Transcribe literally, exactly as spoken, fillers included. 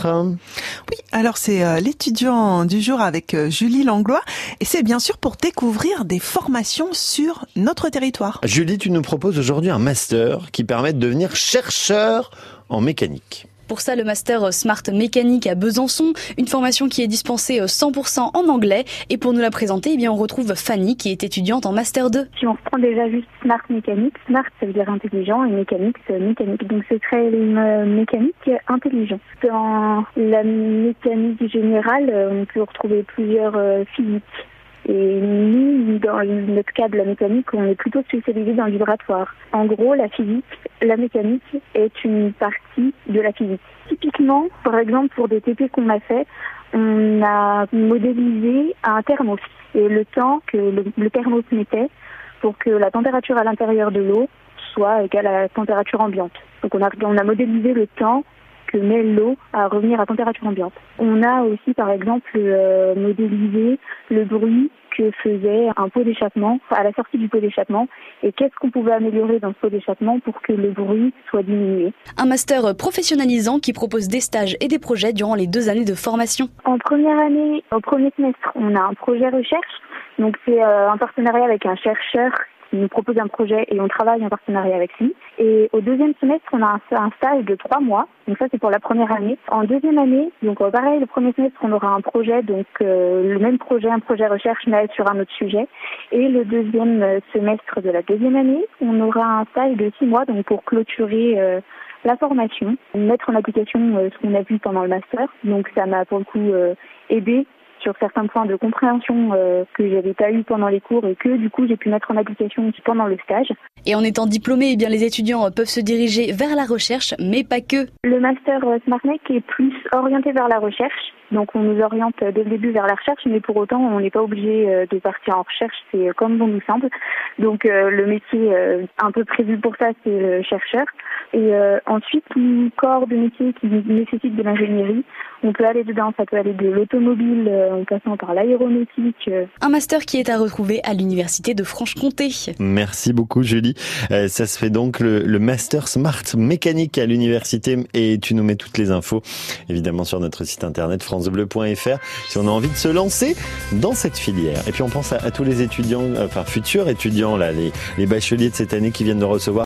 maître? Oui, alors c'est euh, l'étudiant du jour avec euh, Julie Langlois et c'est bien sûr pour découvrir des formations sur notre territoire. Julie, tu nous proposes aujourd'hui un master qui permet de devenir chercheur en mécanique. Pour ça, le master Smart Mécanique à Besançon, une formation qui est dispensée cent pour cent en anglais. Et pour nous la présenter, eh bien, on retrouve Fanny qui est étudiante en master deux. Si on reprend déjà juste Smart Mécanique, Smart ça veut dire intelligent et mécanique c'est mécanique. Donc ce serait une mécanique intelligente. Dans la mécanique générale, on peut retrouver plusieurs physiques. Et nous, dans notre cas de la mécanique, on est plutôt spécialisé dans le vibratoire. En gros, la physique, la mécanique est une partie de la physique. Typiquement, par exemple, pour des T P qu'on a fait, on a modélisé un thermos et le temps que le, le thermos mettait pour que la température à l'intérieur de l'eau soit égale à la température ambiante. Donc on a, on a modélisé le temps que met l'eau à revenir à température ambiante. On a aussi, par exemple, euh, modélisé le bruit que faisait un pot d'échappement à la sortie du pot d'échappement et qu'est-ce qu'on pouvait améliorer dans ce pot d'échappement pour que le bruit soit diminué. Un master professionnalisant qui propose des stages et des projets durant les deux années de formation. En première année, au premier semestre, on a un projet recherche. Donc c'est euh, un partenariat avec un chercheur qui nous propose un projet et on travaille en partenariat avec lui. Et au deuxième semestre, on a un, un stage de trois mois. Donc ça, c'est pour la première année. En deuxième année, donc euh, pareil, le premier semestre, on aura un projet, donc euh, le même projet, un projet recherche, mais sur un autre sujet. Et le deuxième semestre de la deuxième année, on aura un stage de six mois, donc pour clôturer euh, la formation, mettre en application euh, ce qu'on a vu pendant le master. Donc ça m'a pour le coup euh, aidé sur certains points de compréhension euh, que j'avais pas eu pendant les cours et que du coup j'ai pu mettre en application pendant le stage. Et en étant diplômés, eh bien les étudiants peuvent se diriger vers la recherche, mais pas que. Le master SmartMec est plus orienté vers la recherche. Donc on nous oriente dès le début vers la recherche, mais pour autant on n'est pas obligé de partir en recherche, c'est comme bon nous semble. Donc euh, le métier euh, un peu prévu pour ça, c'est le chercheur. Et euh, ensuite, tout corps de métier qui nécessite de l'ingénierie, on peut aller dedans, ça peut aller de l'automobile euh, en passant par l'aéronautique. Euh. Un master qui est à retrouver à l'université de Franche-Comté. Merci beaucoup Julie. Euh, ça se fait donc le, le master Smart Mécanique à l'université et tu nous mets toutes les infos évidemment sur notre site internet francebleu point fr si on a envie de se lancer dans cette filière. Et puis on pense à, à tous les étudiants, enfin futurs étudiants là, les, les bacheliers de cette année qui viennent de recevoir